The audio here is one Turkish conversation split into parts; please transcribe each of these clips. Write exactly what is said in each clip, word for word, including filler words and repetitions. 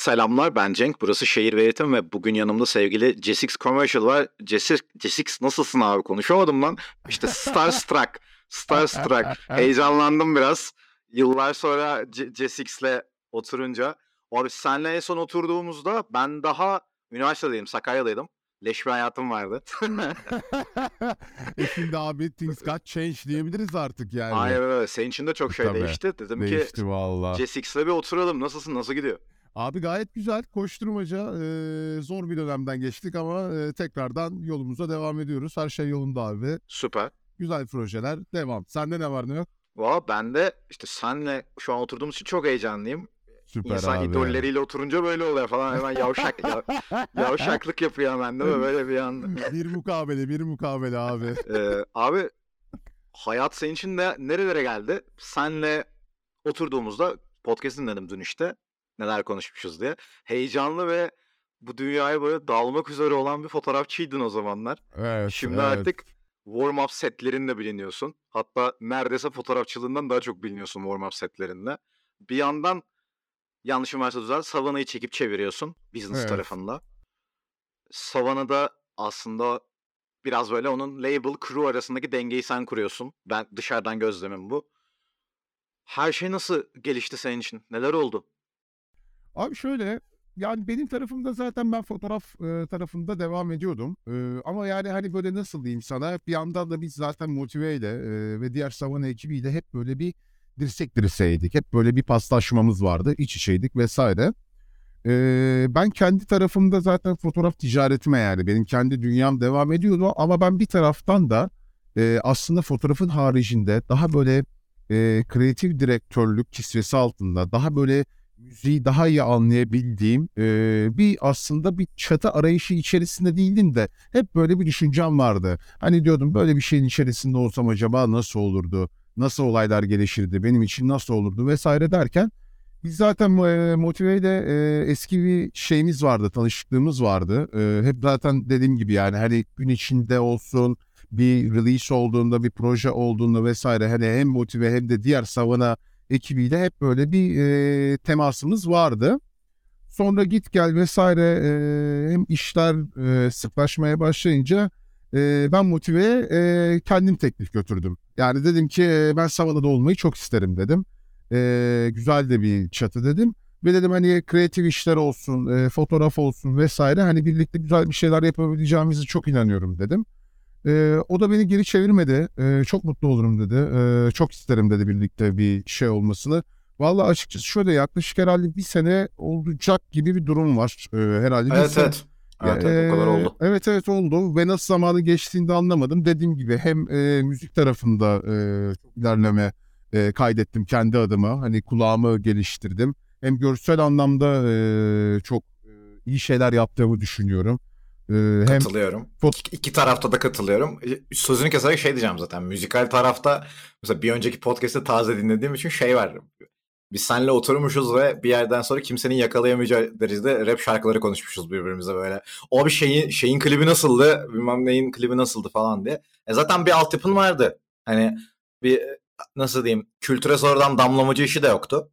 Selamlar, ben Cenk. Burası Şehir ve Eğitim ve bugün yanımda sevgili Jesix Commercial var. Jesix, Jesix nasılsın abi? Konuşamadım lan. İşte Starstruck. Starstruck. Heyecanlandım biraz. Yıllar sonra C- Jesix'le oturunca. Abi senle en son oturduğumuzda ben daha üniversitedeydim, Sakarya'daydım. Leş bir hayatım vardı. E şimdi abi things got changed diyebiliriz artık yani. Aynen öyle. Senin için de çok şey Tabii. değişti. Dedim ki Değişti valla. Jesix'le bir oturalım. Nasılsın? Nasıl gidiyor? Abi gayet güzel. Koşturmaca e, zor bir dönemden geçtik ama e, tekrardan yolumuza devam ediyoruz. Her şey yolunda abi. Süper. Güzel projeler devam. Sende ne var ne yok? Valla ben de işte senle şu an oturduğumuz için çok heyecanlıyım. Süper İnsan abi. idolleriyle oturunca böyle oluyor falan. Hemen yavşak, ya, yavşaklık yapıyor hemen değil mi? Böyle bir anda. bir mukabele bir mukabele abi. Ee, abi hayat senin için de nerelere geldi? Senle oturduğumuzda podcast dinledim dün işte. Neler konuşmuşuz diye. Heyecanlı ve bu dünyaya böyle dalmak üzere olan bir fotoğrafçıydın o zamanlar. Evet. Şimdi evet. artık warm-up setlerinle biliniyorsun. Hatta neredeyse fotoğrafçılığından daha çok biliniyorsun warm-up setlerinle. Bir yandan yanlışım varsa düzelt, Savannah'yı çekip çeviriyorsun business Evet. tarafında. Savannah'da aslında biraz böyle onun label, crew arasındaki dengeyi sen kuruyorsun. Ben dışarıdan gözlemim bu. Her şey nasıl gelişti senin için? Neler oldu? Abi şöyle, yani benim tarafımda zaten ben fotoğraf e, tarafında devam ediyordum. E, ama yani hani böyle nasıl diyeyim sana, bir yandan da biz zaten Motive ile e, ve diğer Savana ekibiyle hep böyle bir dirsek dirseğiydik. Hep böyle bir paslaşmamız vardı, iç içeydik vesaire. E, ben kendi tarafımda zaten fotoğraf ticaretime, yani benim kendi dünyam devam ediyordu. Ama ben bir taraftan da e, aslında fotoğrafın haricinde daha böyle e, kreatif direktörlük kisvesi altında daha böyle müziği daha iyi anlayabildiğim e, bir aslında bir çatı arayışı içerisinde değildim de hep böyle bir düşüncem vardı. Hani diyordum, böyle bir şeyin içerisinde olsam acaba nasıl olurdu? Nasıl olaylar gelişirdi? Benim için nasıl olurdu vesaire derken biz zaten e, Motive'de e, eski bir şeyimiz vardı, tanışıklığımız vardı. E, hep zaten dediğim gibi yani hani gün içinde olsun, bir release olduğunda, bir proje olduğunda vesaire, hani hem Motive hem de diğer Savana ekibiyle hep böyle bir e, temasımız vardı. Sonra git gel vesaire e, hem işler e, sıklaşmaya başlayınca e, ben Motive'ye e, kendim teklif götürdüm. Yani dedim ki e, ben Savana'da olmayı çok isterim dedim. E, güzel de bir çatı dedim. Ve dedim hani kreatif işler olsun, e, fotoğraf olsun vesaire, hani birlikte güzel bir şeyler yapabileceğimizi çok inanıyorum dedim. Ee, o da beni geri çevirmedi. Ee, çok mutlu olurum dedi. Ee, çok isterim dedi birlikte bir şey olmasını. Vallahi açıkçası şöyle, yaklaşık herhalde bir sene olacak gibi bir durum var. Ee, herhalde bir Evet sene. evet. Evet evet, o kadar Ee, oldu. evet evet oldu ve nasıl zamanı geçtiğini de anlamadım. Dediğim gibi hem e, müzik tarafında e, çok ilerleme e, kaydettim kendi adıma. Hani kulağımı geliştirdim. Hem görsel anlamda e, çok e, iyi şeyler yaptığımı düşünüyorum. E, hem Katılıyorum. fot- İki, iki tarafta da katılıyorum. E, Sözünü keserek şey diyeceğim zaten. Müzikal tarafta mesela bir önceki podcast'te taze dinlediğim için şey var. Biz seninle oturmuşuz ve bir yerden sonra kimsenin yakalayamayacağı derecede rap şarkıları konuşmuşuz birbirimize böyle. O bir şeyin şeyin klibi nasıldı, bilmem neyin klibi nasıldı falan diye. E zaten bir altyapın vardı. Hani bir nasıl diyeyim, kültüre sonradan damlamacı işi de yoktu.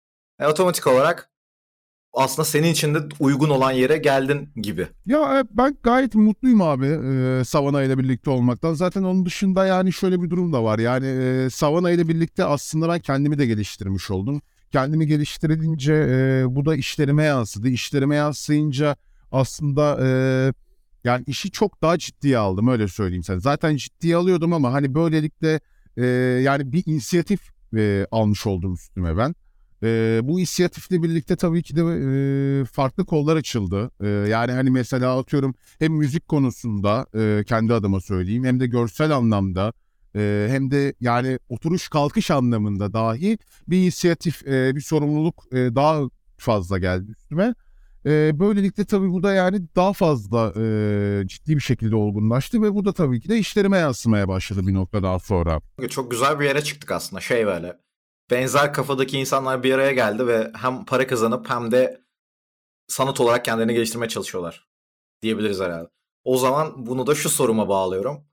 E otomatik olarak aslında senin için de uygun olan yere geldin gibi. Ya e, ben gayet mutluyum abi e, Savana ile birlikte olmaktan. Zaten onun dışında yani şöyle bir durum da var. Yani e, Savana ile birlikte aslında ben kendimi de geliştirmiş oldum. Kendimi geliştirince e, bu da işlerime yansıdı. İşlerime yansıyınca aslında e, yani işi çok daha ciddiye aldım, öyle söyleyeyim sana. Zaten ciddiye alıyordum ama hani böylelikle e, yani bir inisiyatif e, almış oldum üstüme ben. Ee, bu inisiyatifle birlikte tabii ki de e, farklı kollar açıldı. Ee, yani hani mesela atıyorum, hem müzik konusunda e, kendi adıma söyleyeyim, hem de görsel anlamda e, hem de yani oturuş kalkış anlamında dahi bir inisiyatif, e, bir sorumluluk e, daha fazla geldi üstüme. E, böylelikle tabii bu da yani daha fazla e, ciddi bir şekilde olgunlaştı ve bu da tabii ki de işlerime yansımaya başladı bir noktadan sonra. Çok güzel bir yere çıktık aslında, şey böyle. Benzer kafadaki insanlar bir araya geldi ve hem para kazanıp hem de sanat olarak kendilerini geliştirmeye çalışıyorlar diyebiliriz herhalde. O zaman bunu da şu soruma bağlıyorum.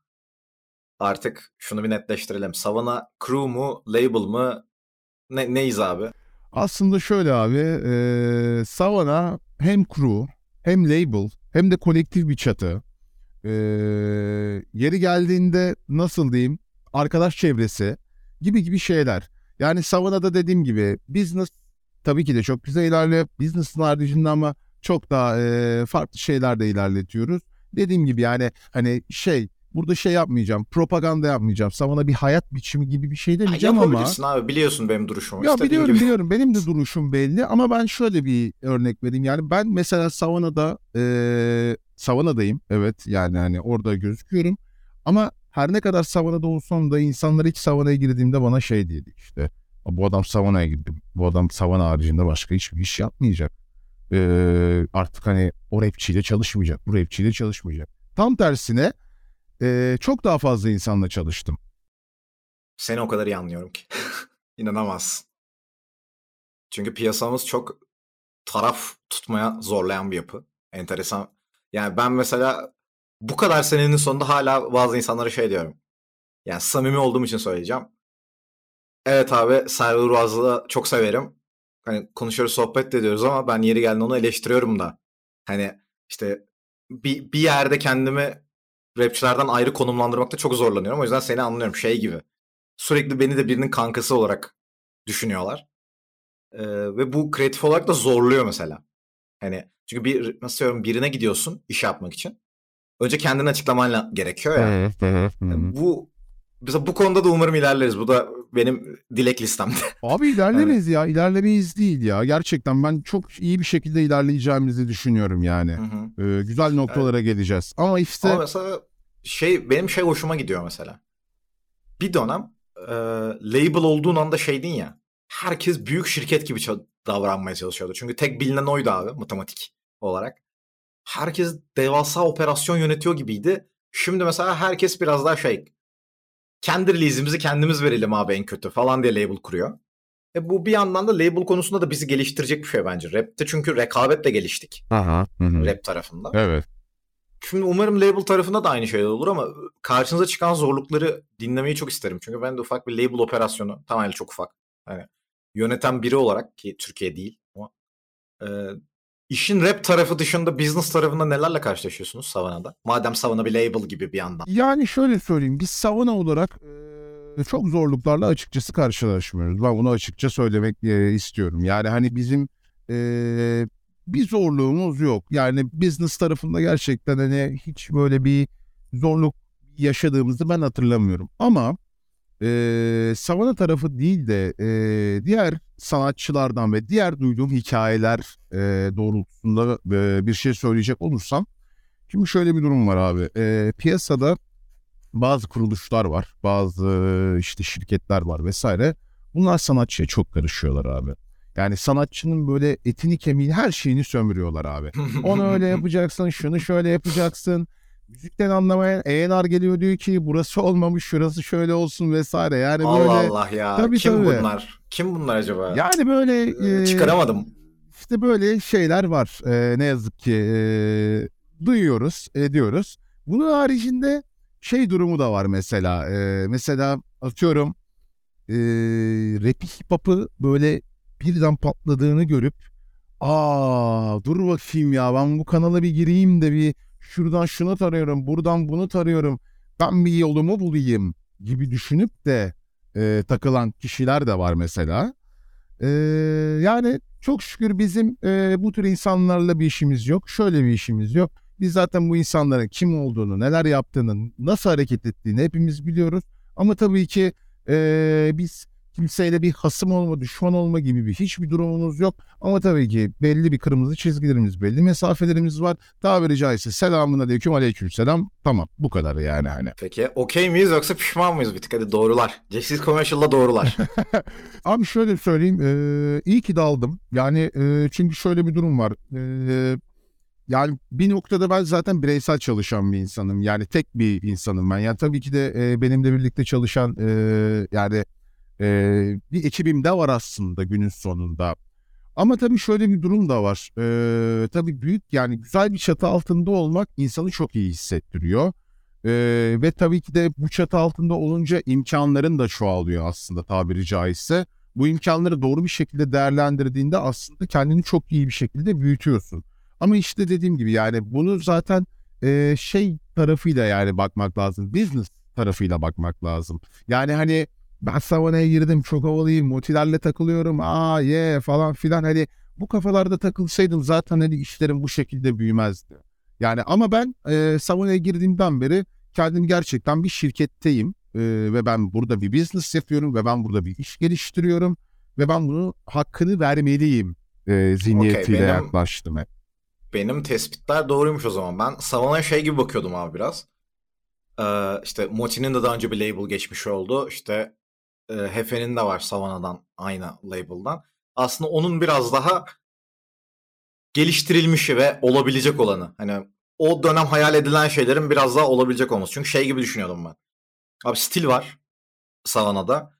Artık şunu bir netleştirelim. Savana crew mu, label mı, ne, neyiz abi? Aslında şöyle abi, e, Savana hem crew hem label hem de kolektif bir çatı. E, Yeri geldiğinde nasıl diyeyim, arkadaş çevresi gibi gibi şeyler. Yani Savana'da dediğim gibi business tabii ki de çok güzel ilerliyor. Business'ın haricinde ama çok daha e, farklı şeyler de ilerletiyoruz. Dediğim gibi yani hani şey, burada şey yapmayacağım, propaganda yapmayacağım. Savana bir hayat biçimi gibi bir şey Ha, demeyeceğim ama yapabilirsin abi, biliyorsun benim duruşumu. ya İstediğin biliyorum gibi. biliyorum benim de duruşum belli ama ben şöyle bir örnek vereyim. Yani ben mesela Savana'da eee Savana'dayım, evet, yani hani orada gözüküyorum ama her ne kadar Savana'da olsam da insanlar ilk Savana'ya girdiğimde bana şey dedi işte, bu adam Savana'ya girdi, bu adam Savana haricinde başka hiçbir iş yapmayacak. Eee, artık hani o rapçiyle çalışmayacak, bu rapçiyle çalışmayacak. Tam tersine eee, çok daha fazla insanla çalıştım. Seni o kadar iyi anlıyorum ki. İnanamazsın. Çünkü piyasamız çok taraf tutmaya zorlayan bir yapı. Enteresan. Yani ben mesela bu kadar senenin sonunda hala bazı insanlara şey diyorum. Yani samimi olduğum için söyleyeceğim. Evet abi, Server Vaz'ı çok severim. Hani konuşuyoruz, sohbet de ediyoruz ama ben yeri geldiğinde onu eleştiriyorum da. Hani işte bir, bir yerde kendimi rapçilerden ayrı konumlandırmakta çok zorlanıyorum. O yüzden seni anlıyorum, şey gibi. Sürekli beni de birinin kankası olarak düşünüyorlar. Ee, ve bu kreatif olarak da zorluyor mesela. Hani çünkü bir, nasıl söylüyorum, birine gidiyorsun iş yapmak için. Önce kendini açıklaman la- gerekiyor ya. Hı hı hı Yani hı. bu mesela bu konuda da umarım ilerleriz. Bu da benim dilek listemde. Abi Yani ilerleriz ya. İlerlemeyiz değil ya. Gerçekten ben çok iyi bir şekilde ilerleyeceğimizi düşünüyorum yani. hı hı. Ee, güzel Yani, noktalara geleceğiz. Ama ama işte mesela şey, benim şey hoşuma gidiyor mesela. Bir dönem e, label olduğun anda şeydin ya. Herkes büyük şirket gibi ça- davranmaya çalışıyordu. Çünkü tek bilinen oydu abi, matematik olarak. Herkes devasa operasyon yönetiyor gibiydi. Şimdi mesela herkes biraz daha şey, kendi release'imizi kendimiz verelim abi en kötü falan diye label kuruyor. E bu bir yandan da label konusunda da bizi geliştirecek bir şey bence. Rap'te çünkü rekabetle geliştik. aha, hı hı. Rap tarafında. Evet. Şimdi umarım label tarafında da aynı şeyler olur ama karşınıza çıkan zorlukları dinlemeyi çok isterim. Çünkü ben de ufak bir label operasyonu, tamamen çok ufak, hani yöneten biri olarak, ki Türkiye değil ama e, işin rap tarafı dışında business tarafında nelerle karşılaşıyorsunuz Savana'da? Madem Savana bir label gibi bir yandan. Yani şöyle söyleyeyim. Biz Savana olarak e, çok zorluklarla açıkçası karşılaşmıyoruz. Ben bunu açıkça söylemek e, istiyorum. Yani hani bizim e, bir zorluğumuz yok. Yani business tarafında gerçekten hani hiç böyle bir zorluk yaşadığımızı ben hatırlamıyorum. Ama e, Savana tarafı değil de e, diğer sanatçılardan ve diğer duyduğum hikayeler e, doğrultusunda e, bir şey söyleyecek olursam, şimdi şöyle bir durum var abi. E, piyasada bazı kuruluşlar var, bazı işte şirketler var vesaire. Bunlar sanatçıya çok karışıyorlar abi. Yani sanatçının böyle etini kemiğini her şeyini sömürüyorlar abi. Onu öyle yapacaksın, şunu şöyle yapacaksın. Müzikten anlamayan E and R geliyor diyor ki burası olmamış, şurası şöyle olsun vesaire. Yani Allah böyle Allah ya. tabii Kim tabii. bunlar? Kim bunlar acaba? Yani böyle Ee, e, çıkaramadım. işte böyle şeyler var. E, ne yazık ki e, duyuyoruz, ediyoruz. Bunun haricinde şey durumu da var mesela. E, mesela atıyorum e, rap hip hop'ı böyle birden patladığını görüp, aa dur bakayım ya, ben bu kanala bir gireyim de bir şuradan şunu tarıyorum, buradan bunu tarıyorum, ben bir yolumu bulayım gibi düşünüp de e, takılan kişiler de var mesela. E, Yani çok şükür bizim e, bu tür insanlarla bir işimiz yok. Şöyle bir işimiz yok. Biz zaten bu insanların kim olduğunu, neler yaptığını, nasıl hareket ettiğini hepimiz biliyoruz. Ama tabii ki e, biz kimseyle bir hasım olma, düşman olma gibi bir hiçbir durumumuz yok. Ama tabii ki belli bir kırmızı çizgilerimiz, belli mesafelerimiz var. Tabiri caizse selamun aleyküm, aleyküm selam. Tamam, bu kadar yani hani. Peki okey miyiz yoksa pişman mıyız bir tık? Hadi doğrular. Jessiz Commercial'da doğrular. Abi şöyle söyleyeyim, e, iyi ki daldım. Yani e, çünkü şöyle bir durum var. E, Yani bir noktada ben zaten bireysel çalışan bir insanım. Yani tek bir insanım ben. Yani tabii ki de e, benimle birlikte çalışan e, yani e, bir ekibim de var aslında günün sonunda. Ama tabii şöyle bir durum da var. E, tabii büyük, yani güzel bir çatı altında olmak insanı çok iyi hissettiriyor. E, Ve tabii ki de bu çatı altında olunca imkanların da çoğalıyor aslında tabiri caizse. bu imkanları doğru bir şekilde değerlendirdiğinde aslında kendini çok iyi bir şekilde büyütüyorsun. Ama işte dediğim gibi yani bunu zaten e, şey tarafıyla yani bakmak lazım. Business tarafıyla bakmak lazım. Yani hani ben Savana'ya girdim, çok havalıyım, motilerle takılıyorum, aa ye yeah, falan filan, hani bu kafalarda takılsaydım zaten hani işlerim bu şekilde büyümezdi. Yani ama ben e, Savana'ya girdiğimden beri kendim gerçekten bir şirketteyim e, ve ben burada bir business yapıyorum ve ben burada bir iş geliştiriyorum ve ben bunu hakkını vermeliyim e, Okey, zihniyetiyle benim yaklaştım hep. benim tespitler doğruymuş o zaman. Ben Savana'ya şey gibi bakıyordum abi biraz. Ee, işte Moti'nin de daha önce bir label geçmiş oldu. İşte e, Hefe'nin de var Savana'dan aynı label'dan. Aslında onun biraz daha geliştirilmişi ve olabilecek olanı. Hani o dönem hayal edilen şeylerin biraz daha olabilecek olması. Çünkü şey gibi düşünüyordum ben. Abi stil var Savana'da.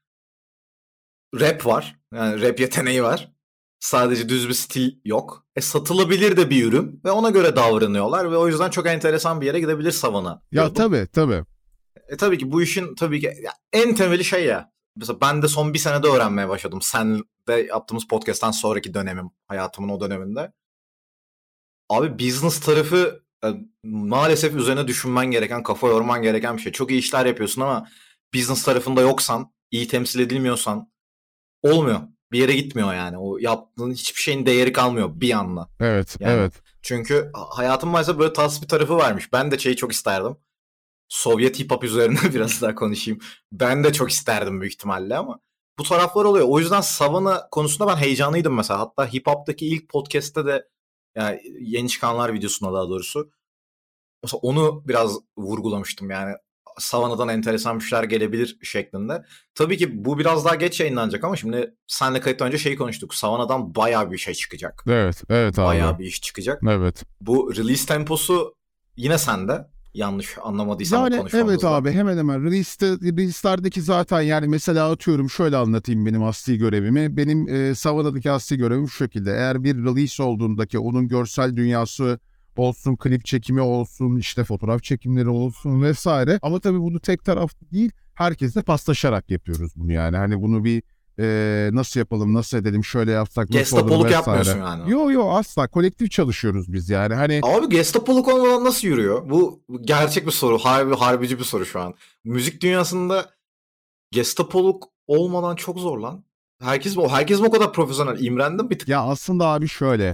Rap var. Yani rap yeteneği var. Sadece düz bir stil yok. E satılabilir de bir ürün ve ona göre davranıyorlar ve o yüzden çok enteresan bir yere gidebilir Savana Ya diyordum. tabii tabii. E tabii ki bu işin tabii ki ya en temeli şey ya. Mesela ben de son bir senede öğrenmeye başladım. Sen de yaptığımız podcast'tan sonraki dönemim, hayatımın o döneminde. Abi business tarafı e, maalesef üzerine düşünmen gereken, kafa yorman gereken bir şey. Çok iyi işler yapıyorsun ama business tarafında yoksan, iyi temsil edilmiyorsan olmuyor. Bir yere gitmiyor yani. O yaptığın hiçbir şeyin değeri kalmıyor bir anda. Evet Yani evet. çünkü hayatım maalesef böyle tatsız bir tarafı varmış. Ben de şeyi çok isterdim. Sovyet hip hop üzerine biraz daha konuşayım. Ben de çok isterdim büyük ihtimalle ama bu taraflar oluyor. O yüzden Savana konusunda ben heyecanlıydım mesela. Hatta hip hop'taki ilk podcast'te de yani yeni çıkanlar videosunda daha doğrusu. Mesela onu biraz vurgulamıştım yani. Savana'dan enteresan bir şeyler gelebilir şeklinde. Tabii ki bu biraz daha geç yayınlanacak ama şimdi senle kayıttan önce şeyi konuştuk. Savana'dan bayağı bir şey çıkacak. Evet evet Bayağı abi. bir iş çıkacak. Evet. Bu release temposu yine sende. Yanlış anlamadıysam o Yani evet konuşmamızda. abi, hemen hemen release'de, release'lerdeki zaten yani mesela atıyorum şöyle anlatayım benim asli görevimi. Benim e, Savana'daki asli görevim şu şekilde. Eğer bir release olduğundaki onun görsel dünyası olsun, klip çekimi olsun, işte fotoğraf çekimleri olsun vesaire. Ama tabii bunu tek taraflı değil, herkesle paslaşarak yapıyoruz bunu yani. Hani bunu bir e, nasıl yapalım, nasıl edelim, şöyle yapsak nasıl olur Gestapoluk yapmıyorsun vesaire. yani. Yo yo, asla kolektif çalışıyoruz biz yani. Hani Abi Gestapoluk olmadan nasıl yürüyor? Bu gerçek bir soru. Harbi, harbici bir soru şu an. Müzik dünyasında Gestapoluk olmadan çok zor lan. Herkes mi, herkes mi o kadar profesyonel? İmrendim bir tık. ya aslında abi şöyle,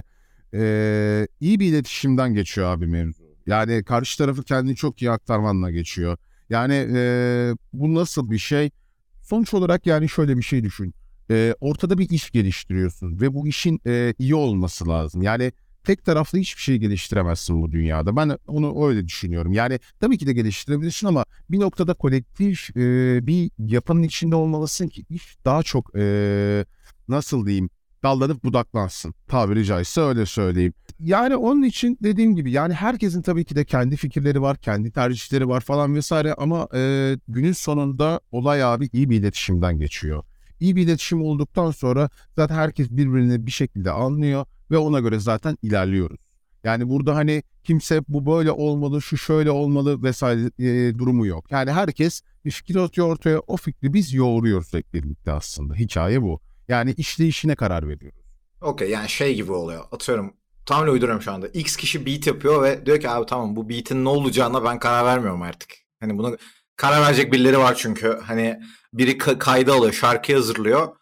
e, iyi bir iletişimden geçiyor abi mevzu. Yani karşı tarafı kendini çok iyi aktarmanla geçiyor. Yani e, bu nasıl bir şey? Sonuç olarak yani şöyle bir şey düşün. E, ortada bir iş geliştiriyorsun ve bu işin e, iyi olması lazım. Yani tek taraflı hiçbir şey geliştiremezsin bu dünyada. Ben onu öyle düşünüyorum. Yani tabii ki de geliştirebilirsin ama bir noktada kolektif e, bir yapının içinde olmalısın ki iş daha çok e, nasıl diyeyim, dallanıp budaklansın. Tabiri caizse öyle söyleyeyim. Yani onun için dediğim gibi yani herkesin tabii ki de kendi fikirleri var, kendi tercihleri var falan vesaire ama e, günün sonunda olay abi iyi bir iletişimden geçiyor. İyi bir iletişim olduktan sonra zaten herkes birbirini bir şekilde anlıyor ve ona göre zaten ilerliyoruz. Yani burada hani kimse bu böyle olmalı, şu şöyle olmalı vesaire e, durumu yok. Yani herkes bir fikir atıyor ortaya, o fikri biz yoğuruyoruz hep birlikte aslında. Hikaye bu. Yani işleyişine karar veriyoruz. Okey, yani şey gibi oluyor. Atıyorum, tam uyduruyorum şu anda. X kişi beat yapıyor ve diyor ki abi tamam, bu beat'in ne olacağına ben karar vermiyorum artık. Hani buna karar verecek birileri var çünkü. Hani biri ka- kaydı alıyor, şarkıyı hazırlıyor.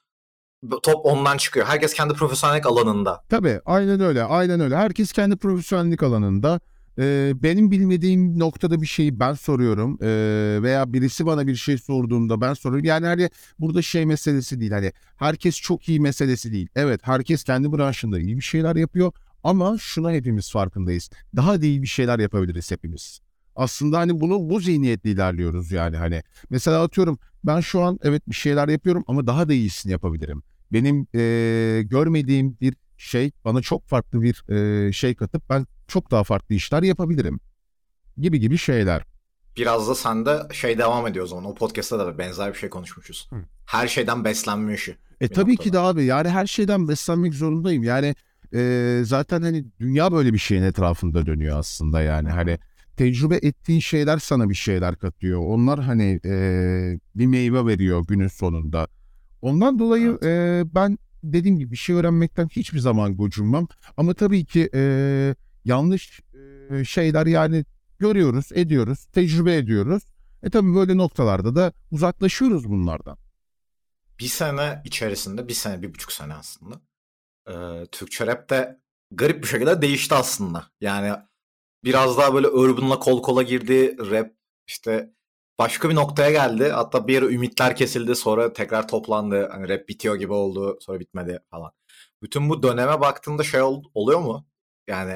Top ondan çıkıyor. Herkes kendi profesyonellik alanında. Tabii aynen öyle, aynen öyle. Herkes kendi profesyonellik alanında. Ee, benim bilmediğim noktada bir şeyi ben soruyorum. Ee, veya birisi bana bir şey sorduğunda ben soruyorum. Yani hani burada şey meselesi değil, hani herkes çok iyi meselesi değil. Evet, herkes kendi branşında iyi bir şeyler yapıyor ama şuna hepimiz farkındayız. Daha da iyi bir şeyler yapabiliriz hepimiz. Aslında hani bunu bu zihniyetle ilerliyoruz yani hani. Mesela atıyorum ben şu an evet bir şeyler yapıyorum ama daha da iyisini yapabilirim. Benim eee, görmediğim bir şey bana çok farklı bir eee, şey katıp ben çok daha farklı işler yapabilirim gibi gibi şeyler. Biraz da sende şey devam ediyor o zaman. O podcast'ta da benzer bir şey konuşmuşuz. Hı. Her şeyden beslenme işi E bir tabii ki noktada. de abi yani her şeyden beslenmek zorundayım. Yani eee, zaten hani dünya böyle bir şeyin etrafında dönüyor aslında Hı yani hı. hani tecrübe ettiğin şeyler sana bir şeyler katıyor. Onlar hani eee, bir meyve veriyor günün sonunda. Ondan dolayı Evet. e, ben dediğim gibi bir şey öğrenmekten hiçbir zaman gocunmam. Ama tabii ki e, yanlış e, şeyler yani görüyoruz, ediyoruz, tecrübe ediyoruz. E tabii böyle noktalarda da uzaklaşıyoruz bunlardan. Bir sene içerisinde, bir sene, bir buçuk sene aslında. Ee, Türkçe rap de garip bir şekilde değişti aslında. Yani biraz daha böyle urban'la kol kola girdi. Rap işte başka bir noktaya geldi. Hatta bir ara ümitler kesildi. Sonra tekrar toplandı. Hani rap bitiyor gibi oldu. Sonra bitmedi falan. Bütün bu döneme baktığında şey ol- oluyor mu? Yani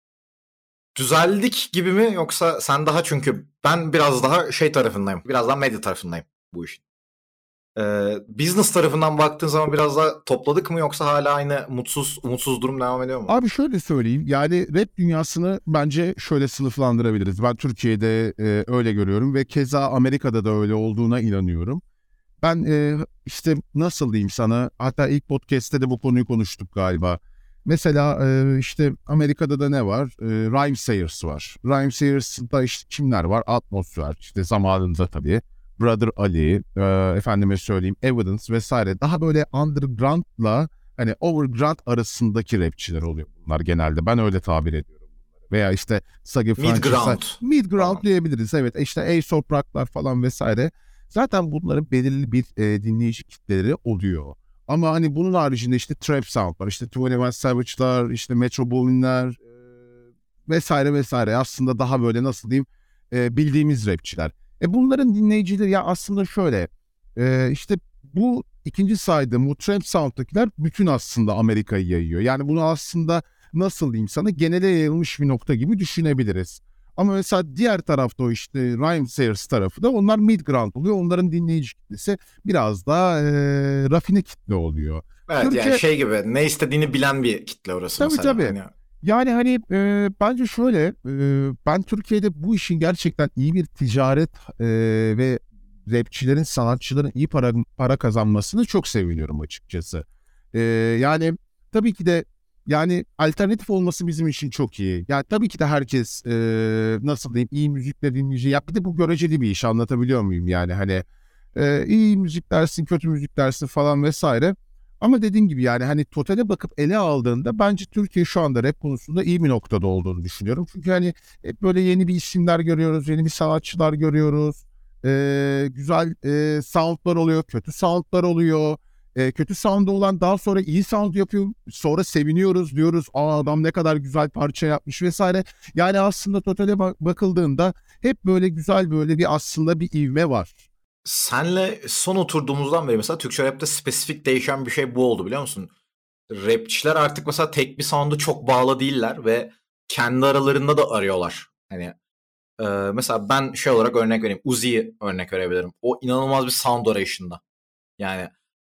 düzeldik gibi mi? Yoksa sen daha, çünkü ben biraz daha şey tarafındayım. Biraz daha medya tarafındayım bu işin. Ee, business tarafından baktığın zaman biraz daha topladık mı, yoksa hala aynı mutsuz umutsuz durum devam ediyor mu? Abi şöyle söyleyeyim yani rap dünyasını bence şöyle sınıflandırabiliriz. Ben Türkiye'de e, öyle görüyorum ve keza Amerika'da da öyle olduğuna inanıyorum. Ben e, işte nasıl diyeyim sana, hatta ilk podcast'te de bu konuyu konuştuk galiba. Mesela e, işte Amerika'da da ne var? E, Rhymesayers var. Rhymesayer'da işte kimler var? Atmos var. İşte zamanında tabii. Brother Ali, e, efendime söyleyeyim Evidence vesaire. Daha böyle underground'la hani overground arasındaki rapçiler oluyor bunlar genelde. Ben öyle tabir ediyorum. Veya işte Sagi Francis'a Mid-ground mid-ground falan. diyebiliriz. Evet işte A$AP Rock'lar falan vesaire. Zaten bunların belirli bir e, dinleyici kitleleri oluyor. Ama hani bunun haricinde işte trap sound var, işte Twenty One Savage'lar, işte Metro Boomin'ler e, vesaire vesaire. Aslında daha böyle nasıl diyeyim e, bildiğimiz rapçiler. E bunların dinleyicileri ya aslında şöyle e, işte bu ikinci saydığım bu trap sound'dakiler bütün aslında Amerika'yı yayıyor. Yani bunu aslında nasıl diyeyim sana genele yayılmış bir nokta gibi düşünebiliriz. Ama mesela diğer tarafta o işte Rhymesayers tarafı da onlar mid-ground oluyor. Onların dinleyici kitlesi biraz daha e, rafine kitle oluyor. Evet, yani Türkiye şey gibi, ne istediğini bilen bir kitle orası tabii mesela. tabii. Hani Yani hani e, bence şöyle e, ben Türkiye'de bu işin gerçekten iyi bir ticaret e, ve rapçilerin, sanatçıların iyi para para kazanmasını çok seviniyorum açıkçası. E, yani tabii ki de yani alternatif olması bizim için çok iyi. Yani tabii ki de herkes e, nasıl diyeyim iyi müzikle dinleyeceği. Ya bir de bu göreceli bir iş, anlatabiliyor muyum yani hani e, iyi müzik dersin, kötü müzik dersin falan vesaire. Ama dediğim gibi yani hani totale bakıp ele aldığında bence Türkiye şu anda rap konusunda iyi bir noktada olduğunu düşünüyorum. Çünkü hani hep böyle yeni bir isimler görüyoruz, yeni bir sanatçılar görüyoruz. Ee, güzel e, soundlar oluyor, kötü soundlar oluyor. Ee, kötü sound'u olan daha sonra iyi sound yapıyor. Sonra seviniyoruz diyoruz. Aa adam ne kadar güzel parça yapmış vesaire. Yani aslında totale bak- bakıldığında hep böyle güzel böyle bir aslında bir ivme var. senle son oturduğumuzdan beri mesela Türkçe rapte spesifik değişen bir şey bu oldu, biliyor musun? Rapçiler artık mesela tek bir sound'a çok bağlı değiller ve kendi aralarında da arıyorlar. Hani e, mesela ben şey olarak örnek vereyim. Uzi'yi örnek verebilirim. O inanılmaz bir sound arayışında. Yani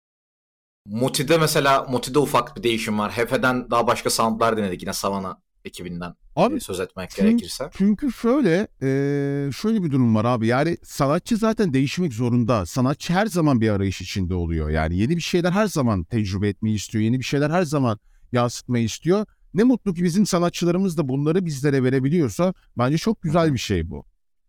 Moti'de mesela, Moti'de ufak bir değişim var. Hefe'den daha başka soundlar denedik yine Savana ekibinden Abi e, söz etmek çünkü, gerekirse. çünkü şöyle eee, şöyle bir durum var abi. Yani sanatçı zaten değişmek zorunda. Sanatçı her zaman bir arayış içinde oluyor. Yani yeni bir şeyler her zaman tecrübe etmeyi istiyor. Yeni bir şeyler her zaman yansıtmayı istiyor. Ne mutlu ki bizim sanatçılarımız da bunları bizlere verebiliyorsa bence çok Hı güzel hı. bir şey bu.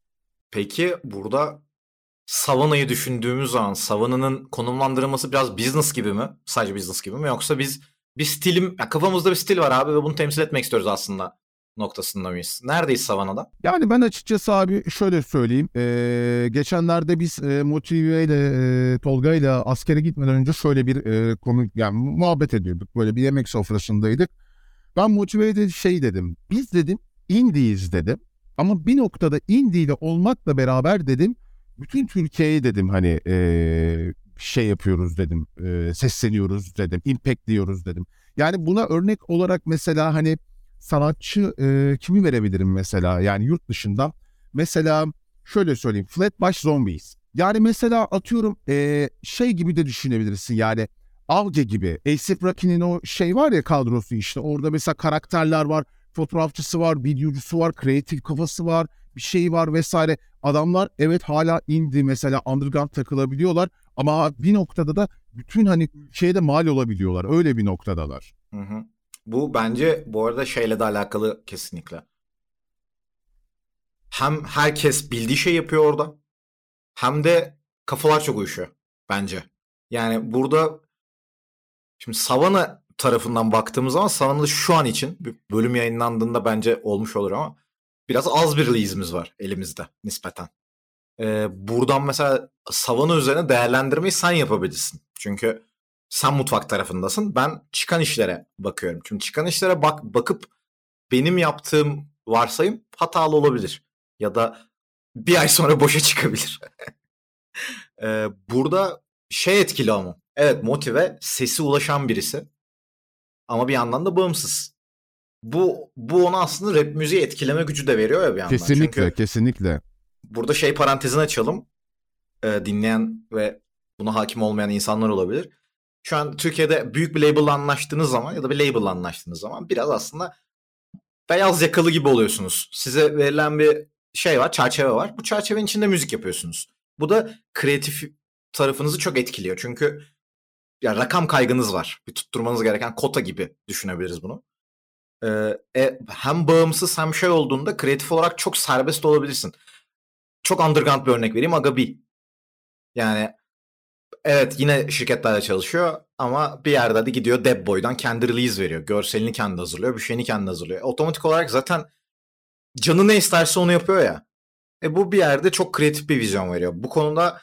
Peki burada Savana'yı düşündüğümüz zaman Savana'nın konumlandırılması biraz business gibi mi? Sadece business gibi mi? Yoksa biz bir stilim, ya kafamızda bir stil var abi ve bunu temsil etmek istiyoruz aslında noktasında mıyız? Neredeyiz Savana'da? Yani ben açıkçası abi şöyle söyleyeyim. Eee, geçenlerde biz eee, Motive ile eee, Tolga ile askere gitmeden önce şöyle bir eee, konu yani muhabbet ediyorduk. Böyle bir yemek sofrasındaydık. Ben Motive'de şey dedim. Biz dedim indie'yiz dedim. Ama bir noktada indie ile olmakla beraber dedim. Bütün Türkiye'yi dedim hani eee, şey yapıyoruz dedim. eee, sesleniyoruz dedim. Impact diyoruz dedim. Yani buna örnek olarak mesela hani sanatçı eee, kimi verebilirim mesela yani yurt dışından. Mesela şöyle söyleyeyim. Flatbush Zombies. Yani mesela atıyorum eee, şey gibi de düşünebilirsin yani Avge gibi. A$AP Rocky'nin o şey var ya kadrosu işte. Orada mesela karakterler var. Fotoğrafçısı var, videocusu var, kreatif kafası var, bir şey var vesaire. Adamlar evet hala indie mesela underground takılabiliyorlar. Ama bir noktada da bütün hani ülkeye de mal olabiliyorlar. Öyle bir noktadalar. Hı hı. Bu bence bu arada şeyle de alakalı kesinlikle. Hem herkes bildiği şey yapıyor orada, hem de kafalar çok uyuşuyor bence. Yani burada şimdi Savana tarafından baktığımız zaman Savana'da şu an için bir bölüm yayınlandığında bence olmuş olur ama biraz az bir release'imiz var elimizde nispeten. Ee, buradan mesela Savana üzerine değerlendirmeyi sen yapabilirsin. Çünkü sen mutfak tarafındasın. Ben çıkan işlere bakıyorum. Çünkü çıkan işlere bak bakıp benim yaptığım varsayım hatalı olabilir. Ya da bir ay sonra boşa çıkabilir. ee, burada şey etkili ama. Evet, motive, sesi ulaşan birisi. Ama bir yandan da bağımsız. Bu bu ona aslında rap müziği etkileme gücü de veriyor ya bir yandan. Kesinlikle, Çünkü kesinlikle. burada şey parantezini açalım. Ee, dinleyen ve buna hakim olmayan insanlar olabilir. Şu an Türkiye'de büyük bir label'la anlaştığınız zaman ya da bir label'la anlaştığınız zaman biraz aslında beyaz yakalı gibi oluyorsunuz. Size verilen bir şey var, çerçeve var. Bu çerçevenin içinde müzik yapıyorsunuz. Bu da kreatif tarafınızı çok etkiliyor. Çünkü ya rakam kaygınız var. Bir tutturmanız gereken kota gibi düşünebiliriz bunu. Ee, e, hem bağımsız hem şey olduğunda kreatif olarak çok serbest olabilirsin. Çok underground bir örnek vereyim. Agabi. Yani evet, yine şirketlerle çalışıyor ama bir yerde de gidiyor Deb Boy'dan kendi release veriyor. Görselini kendi hazırlıyor, bir şeyini kendi hazırlıyor. Otomatik olarak zaten canı ne isterse onu yapıyor ya. E bu bir yerde çok kreatif bir vizyon veriyor. Bu konuda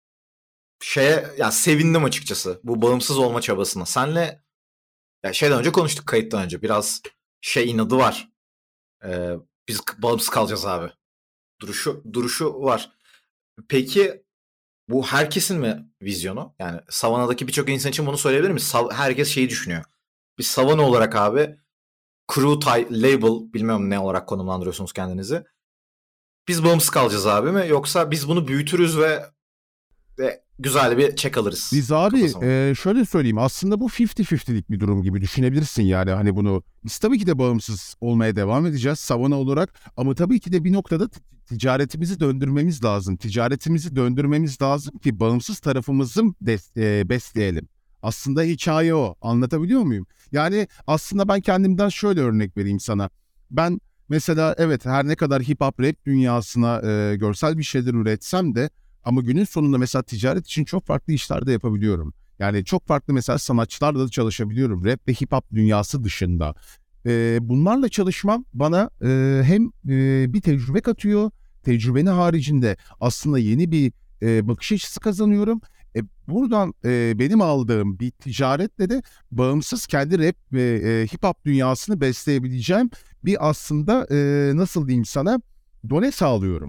şeye ya sevindim açıkçası bu bağımsız olma çabasına. Senle ya şeyden önce konuştuk, kayıttan önce. Biraz şey inadı var. Ee, biz bağımsız kalacağız abi. Duruşu duruşu var. Peki bu herkesin mi vizyonu? Yani Savana'daki birçok insan için bunu söyleyebilir miyiz? Sav- herkes şeyi düşünüyor. Biz Savana olarak abi crew type, label, bilmiyorum ne olarak konumlandırıyorsunuz kendinizi. Biz bağımsız kalacağız abi mi? Yoksa biz bunu büyütürüz ve, ve güzel bir çek alırız Biz abi kafası mı? e, şöyle söyleyeyim, aslında bu elli ellilik bir durum gibi düşünebilirsin yani hani bunu. Biz tabii ki de bağımsız olmaya devam edeceğiz Savana olarak ama tabii ki de bir noktada t- ticaretimizi döndürmemiz lazım. Ticaretimizi döndürmemiz lazım ki bağımsız tarafımızı des- e, besleyelim. Aslında hikaye o. Anlatabiliyor muyum? Yani aslında ben kendimden şöyle örnek vereyim sana. Ben mesela evet, her ne kadar hip hop rap dünyasına e, görsel bir şeyler üretsem de ama günün sonunda mesela ticaret için çok farklı işler de yapabiliyorum. Yani çok farklı mesela sanatçılarla da çalışabiliyorum. Rap ve hip hop dünyası dışında. Ee, bunlarla çalışmam bana e, hem e, bir tecrübe katıyor. Tecrübenin haricinde aslında yeni bir e, bakış açısı kazanıyorum. E, buradan e, benim aldığım bir ticaretle de bağımsız kendi rap ve e, hip hop dünyasını besleyebileceğim bir aslında e, nasıl diyeyim sana, done sağlıyorum.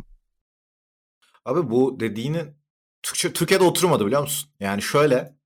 Abi bu dediğinin Türkçe, Türkiye'de oturmadı biliyor musun? Yani şöyle,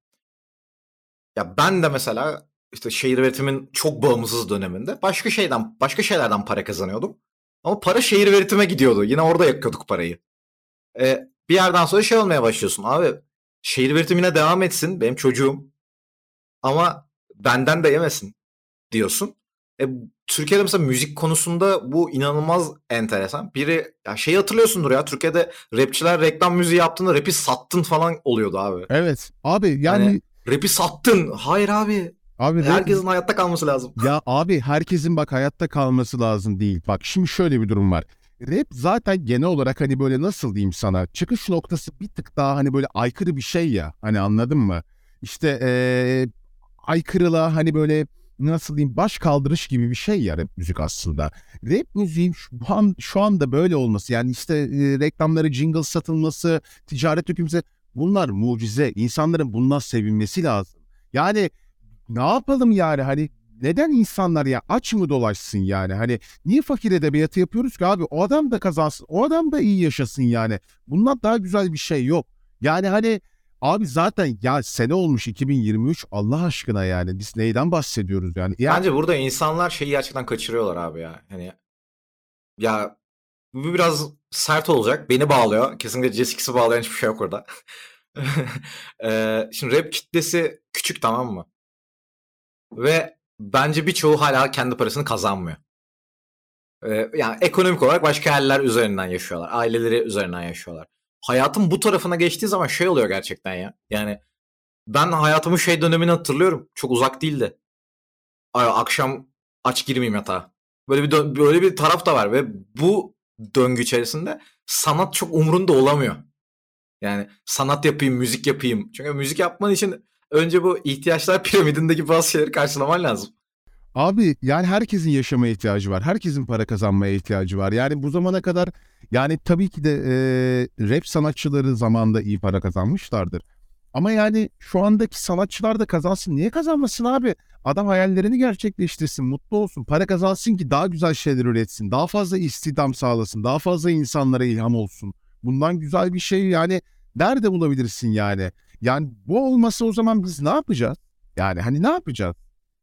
ya ben de mesela işte şehir veritimin çok bağımsız döneminde başka şeyden başka şeylerden para kazanıyordum. Ama para şehir veritime gidiyordu. Yine orada yakıyorduk parayı. E, bir yerden sonra şey olmaya başlıyorsun. Abi şehir üretimine devam etsin benim çocuğum ama benden de yemesin diyorsun. E, Türkiye'de mesela müzik konusunda bu inanılmaz enteresan. Biri ya şeyi hatırlıyorsundur ya, Türkiye'de rapçiler reklam müziği yaptığında rapi sattın falan oluyordu abi. Evet abi, Hani yani rapi sattın. Hayır abi. abi rap, Herkesin hayatta kalması lazım. ya abi herkesin bak hayatta kalması lazım değil. Bak şimdi şöyle bir durum var. Rap zaten genel olarak hani böyle nasıl diyeyim sana, çıkış noktası bir tık daha hani böyle aykırı bir şey ya. Hani anladın mı? İşte eee aykırılığa hani böyle nasıl diyeyim, baş kaldırış gibi bir şey ya rap müzik aslında. Rap müziğin şu an şu anda böyle olması, yani işte e, reklamları, jingle satılması, ticaret hükümse, bunlar mucize. İnsanların bundan sevinmesi lazım. Yani ne yapalım yani, hani neden insanlar ya aç mı dolaşsın yani, hani niye fakir edebiyatı yapıyoruz ki abi, o adam da kazansın, o adam da iyi yaşasın yani, bundan daha güzel bir şey yok. Yani hani abi zaten ya sene olmuş iki bin yirmi üç, Allah aşkına yani biz neyden bahsediyoruz yani ya. Bence burada insanlar şeyi gerçekten kaçırıyorlar abi ya. Hani ya bu biraz sert olacak. Beni bağlıyor. Kesinlikle Jessix'i bağlayan hiçbir şey yok orada. Ee, şimdi rap kitlesi küçük, tamam mı? Ve bence birçoğu hala kendi parasını kazanmıyor. Ee, yani ekonomik olarak başka yerler üzerinden yaşıyorlar. Aileleri üzerinden yaşıyorlar. Hayatın bu tarafına geçtiği zaman şey oluyor gerçekten ya. Yani ben hayatımın şey dönemini hatırlıyorum. Çok uzak değildi. Ay, akşam aç girmeyeyim yatağa. Böyle bir dö- böyle bir taraf da var ve bu döngü içerisinde sanat çok umrunda olamıyor. Yani sanat yapayım, müzik yapayım. Çünkü müzik yapman için önce bu ihtiyaçlar piramidindeki bazı şeyleri karşılaman lazım. Abi yani herkesin yaşamaya ihtiyacı var. Herkesin para kazanmaya ihtiyacı var. Yani bu zamana kadar yani tabii ki de e, rap sanatçıları zamanında iyi para kazanmışlardır. Ama yani şu andaki sanatçılar da kazansın. Niye kazanmasın abi? Adam hayallerini gerçekleştirsin, mutlu olsun, para kazansın ki daha güzel şeyler üretsin, daha fazla istihdam sağlasın, daha fazla insanlara ilham olsun. Bundan güzel bir şey yani nerede bulabilirsin yani? Yani bu olmasa o zaman biz ne yapacağız? Yani hani ne yapacağız?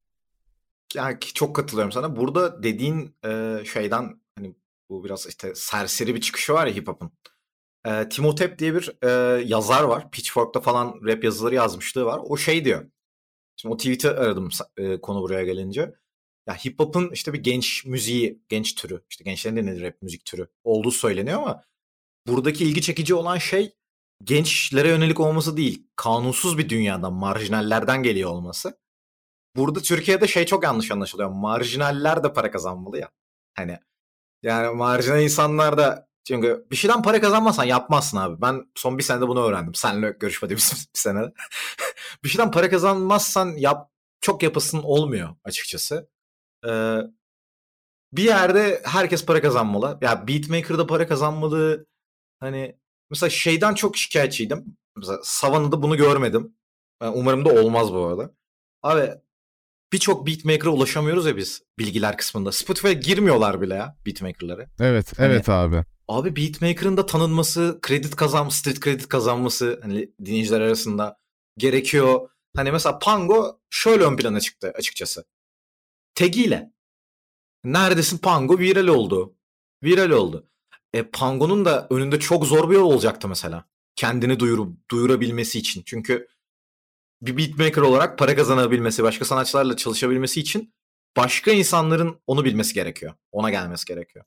Yani çok katılıyorum sana. Burada dediğin e, şeyden hani bu biraz işte serseri bir çıkışı var ya hip hop'un. E, Timotep diye bir e, yazar var. Pitchfork'ta falan rap yazıları yazmışlığı var. O şey diyor. Şimdi o tweet'i aradım e, konu buraya gelince. Ya hip hop'un işte bir genç müziği, genç türü, işte gençlerin de nedir rap müzik türü olduğu söyleniyor ama buradaki ilgi çekici olan şey gençlere yönelik olması değil. Kanunsuz bir dünyadan, marjinallerden geliyor olması. Burada Türkiye'de şey çok yanlış anlaşılıyor. Marjinaller de para kazanmalı ya. Hani yani marjinal insanlar da çünkü bir şeyden para kazanmazsan yapmazsın abi. Ben son bir senede bunu öğrendim. Seninle görüşmediğimiz bir senede. Bir şeyden para kazanmazsan yap çok yapasın olmuyor açıkçası. Ee, Bir yerde herkes para kazanmalı. Ya beatmaker da para kazanmalı. Hani mesela şeyden çok şikayetçiydim. Mesela Savannah'da bunu görmedim. Yani umarım da olmaz bu arada. Abi birçok beatmaker'a ulaşamıyoruz ya biz bilgiler kısmında. Spotify'a girmiyorlar bile ya beatmaker'ları. Evet, Hani evet abi. abi beatmaker'ın da tanınması, kredi kazan, street kredi kazanması hani dinleyiciler arasında gerekiyor. Hani mesela Pango şöyle ön plana çıktı açıkçası. Tegiyle. Neredesin Pango viral oldu. Viral oldu. E Pango'nun da önünde çok zor bir yol olacaktı mesela. Kendini duyurup duyurabilmesi için. Çünkü bir beatmaker olarak para kazanabilmesi, başka sanatçılarla çalışabilmesi için başka insanların onu bilmesi gerekiyor. Ona gelmesi gerekiyor.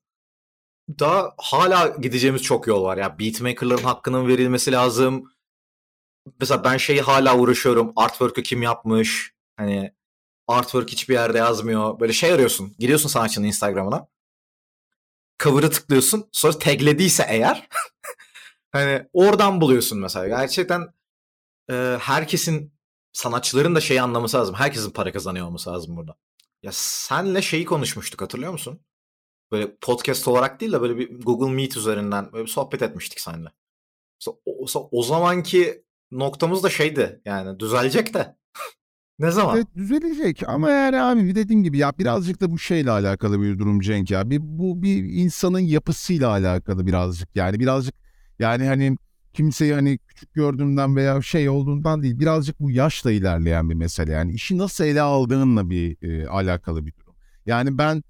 Daha hala gideceğimiz çok yol var. Ya beatmakerların hakkının verilmesi lazım. Mesela ben şeyi hala uğraşıyorum. Artwork'ü kim yapmış? Hani artwork hiçbir yerde yazmıyor. Böyle şey arıyorsun. Gidiyorsun sanatçının Instagram'ına. Cover'ı tıklıyorsun. Sonra taglediyse eğer hani oradan buluyorsun mesela. Gerçekten e, herkesin sanatçıların da şeyi anlaması lazım. Herkesin para kazanıyor olması lazım burada. Ya senle şeyi konuşmuştuk hatırlıyor musun? Böyle podcast olarak değil de böyle bir Google Meet üzerinden böyle bir sohbet etmiştik seninle. Mesela o, o, o zamanki noktamız da şeydi yani düzelecek de. Ne Evet, zaman? düzelecek ama yani abi bir dediğim gibi ya birazcık da bu şeyle alakalı bir durum Cenk ya. Bir, bu bir insanın yapısıyla alakalı birazcık yani birazcık yani hani kimseyi hani küçük gördüğünden veya şey olduğundan değil birazcık bu yaşla ilerleyen bir mesele yani işi nasıl ele aldığınla bir e, alakalı bir durum. Yani ben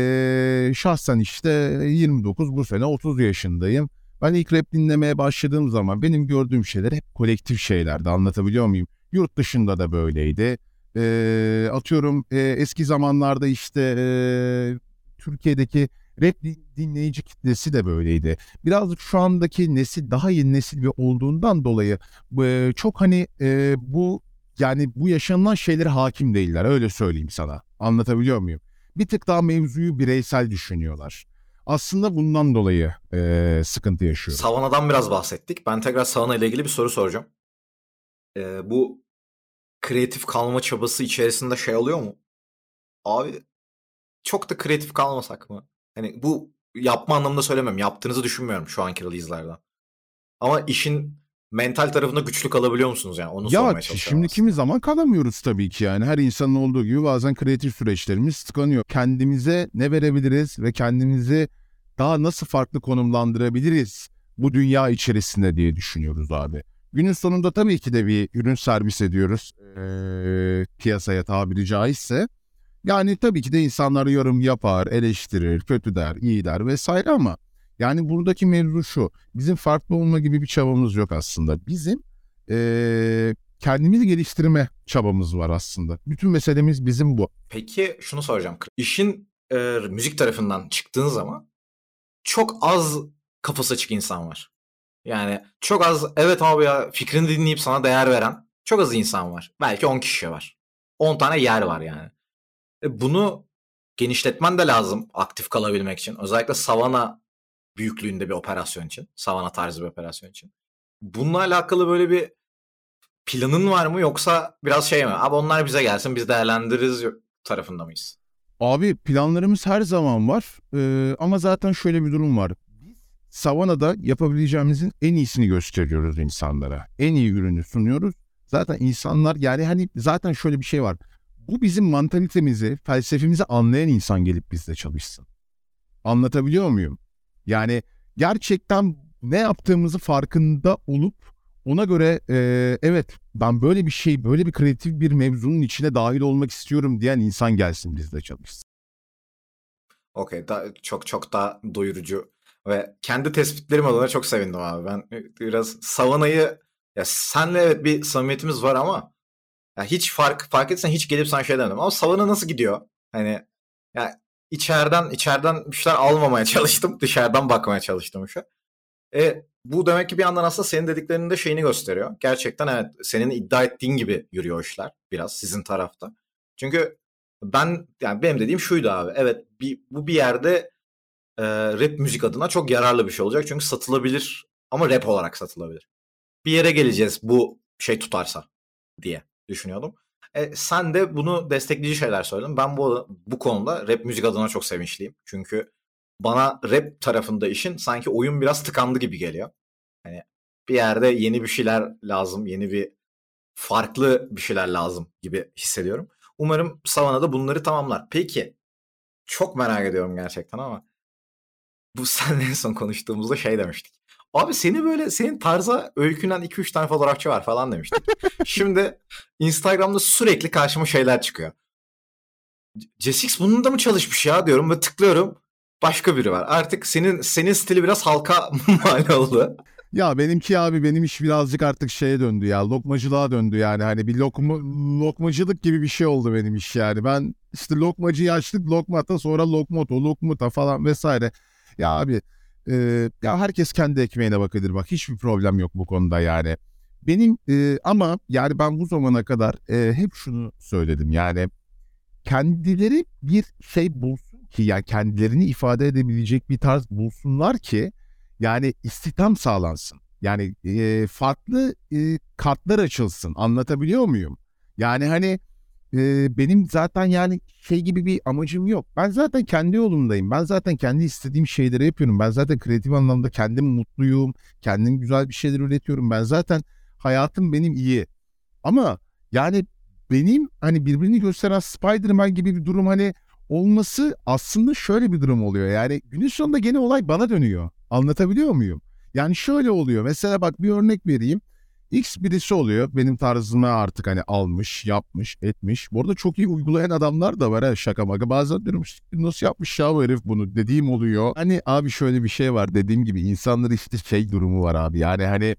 e, şahsen işte yirmi dokuz bu sene otuz yaşındayım. Ben ilk rap dinlemeye başladığım zaman benim gördüğüm şeyler hep kolektif şeylerdi anlatabiliyor muyum? Yurt dışında da böyleydi. Eee, atıyorum eee, eski zamanlarda işte eee, Türkiye'deki rap din- dinleyici kitlesi de böyleydi. Birazcık şu andaki nesil daha yeni nesil bir olduğundan dolayı eee, çok hani eee, bu yani bu yaşanılan şeylere hakim değiller öyle söyleyeyim sana. Anlatabiliyor muyum? Bir tık daha mevzuyu bireysel düşünüyorlar. Aslında bundan dolayı eee, sıkıntı yaşıyoruz. Savana'dan biraz bahsettik. Ben tekrar Savana ile ilgili bir soru soracağım. Ee, bu kreatif kalma çabası içerisinde şey oluyor mu? Abi çok da kreatif kalmasak mı? Hani bu yapma anlamında söylemiyorum. Yaptığınızı düşünmüyorum şu anki release'lerden. Ama işin mental tarafında güçlü kalabiliyor musunuz yani? Onu Ya sormaya ki- çalışıyorum şimdi kimi aslında. zaman kalamıyoruz tabii ki yani her insanın olduğu gibi bazen kreatif süreçlerimiz tıkanıyor. Kendimize ne verebiliriz ve kendimizi daha nasıl farklı konumlandırabiliriz bu dünya içerisinde diye düşünüyoruz abi. Günün sonunda tabii ki de bir ürün servis ediyoruz eee, piyasaya tabiri caizse. Yani tabii ki de insanlar yorum yapar, eleştirir, kötü der, iyi der vesaire ama yani buradaki mevzu şu. Bizim farklı olma gibi bir çabamız yok aslında. Bizim eee, kendimizi geliştirme çabamız var aslında. Bütün meselemiz bizim bu. Peki şunu soracağım. İşin e, müzik tarafından çıktığın zaman çok az kafası açık insan var. Yani çok az evet abi ya fikrini dinleyip sana değer veren çok az insan var. Belki on kişi var. On tane yer var yani. E, bunu genişletmen de lazım aktif kalabilmek için. Özellikle Savana büyüklüğünde bir operasyon için. Savana tarzı bir operasyon için. bununla alakalı böyle bir planın var mı, yoksa biraz şey mi? Abi onlar bize gelsin biz değerlendiririz tarafında mıyız? Abi planlarımız her zaman var. Ee, ama zaten şöyle bir durum var. Savana'da yapabileceğimizin en iyisini gösteriyoruz insanlara. En iyi ürünü sunuyoruz. Zaten insanlar, yani hani zaten şöyle bir şey var. Bu bizim mantalitemizi, felsefemizi anlayan insan gelip bizde çalışsın. Anlatabiliyor muyum? Yani gerçekten ne yaptığımızı farkında olup ona göre e, evet ben böyle bir şey, böyle bir kreatif bir mevzunun içine dahil olmak istiyorum diyen insan gelsin bizde çalışsın. Okey. Da, çok çok daha doyurucu ve kendi tespitlerim adına çok sevindim abi. Ben biraz Savana'yı, ya senle evet bir samimiyetimiz var ama ya hiç fark fark etsen hiç gelip sana şey demedim. Ama Savana nasıl gidiyor? Hani ya içeriden içeriden bir şeyler almamaya çalıştım. Dışarıdan bakmaya çalıştım şu. E, bu demek ki bir yandan aslında senin dediklerinin de şeyini gösteriyor. Gerçekten evet, senin iddia ettiğin gibi yürüyor işler biraz sizin tarafta. Çünkü ben, yani benim dediğim şuydu abi. Evet, bir, bu bir yerde e, rap müzik adına çok yararlı bir şey olacak. Çünkü satılabilir ama rap olarak satılabilir. Bir yere geleceğiz bu şey tutarsa diye düşünüyordum. E, sen de bunu destekleyici şeyler söyledin. Ben bu bu konuda rap müzik adına çok sevinçliyim. Çünkü bana rap tarafında işin sanki oyun biraz tıkandı gibi geliyor. Hani bir yerde yeni bir şeyler lazım, yeni bir farklı bir şeyler lazım gibi hissediyorum. Umarım Savana da bunları tamamlar. Peki, çok merak ediyorum gerçekten ama bu seninle en son konuştuğumuzda şey demiştik. Abi seni böyle, senin tarza öykünen iki üç tane fotoğrafçı var falan demiştik. Şimdi Instagram'da sürekli karşıma şeyler çıkıyor. Jesix bunun da mı çalışmış ya diyorum ve tıklıyorum. Başka biri var. Artık senin senin stili biraz halka mal oldu. Ya benimki abi, benim iş birazcık artık şeye döndü ya, lokmacılığa döndü yani. Hani bir lokma, lokmacılık gibi bir şey oldu benim iş yani. Ben işte lokmacıyı açtık, lokmata, sonra lokmoto, lokmuta falan vesaire. Ya abi e, ya herkes kendi ekmeğine bakabilir, bak hiçbir problem yok bu konuda yani. Benim e, ama yani ben bu zamana kadar e, hep şunu söyledim yani, kendileri bir şey bulsun ki, yani kendilerini ifade edebilecek bir tarz bulsunlar ki yani istihdam sağlansın. Yani e, farklı e, kartlar açılsın. Anlatabiliyor muyum? Yani hani e, benim zaten yani şey gibi bir amacım yok. Ben zaten kendi yolumdayım. Ben zaten kendi istediğim şeyleri yapıyorum. Ben zaten kreatif anlamda kendim mutluyum. Kendim güzel bir şeyler üretiyorum. Ben zaten hayatım benim iyi. Ama yani benim hani birbirini gösteren Spider-Man gibi bir durum hani olması aslında şöyle bir durum oluyor. Yani günün sonunda gene olay bana dönüyor. Anlatabiliyor muyum? Yani şöyle oluyor. Mesela bak bir örnek vereyim. X birisi oluyor. Benim tarzımı artık hani almış, yapmış, etmiş. Bu arada çok iyi uygulayan adamlar da var ha, şaka maka. Bazen diyorum nasıl yapmış ya bu herif bunu dediğim oluyor. Hani abi şöyle bir şey var, dediğim gibi insanlar işte şey durumu var abi. Yani hani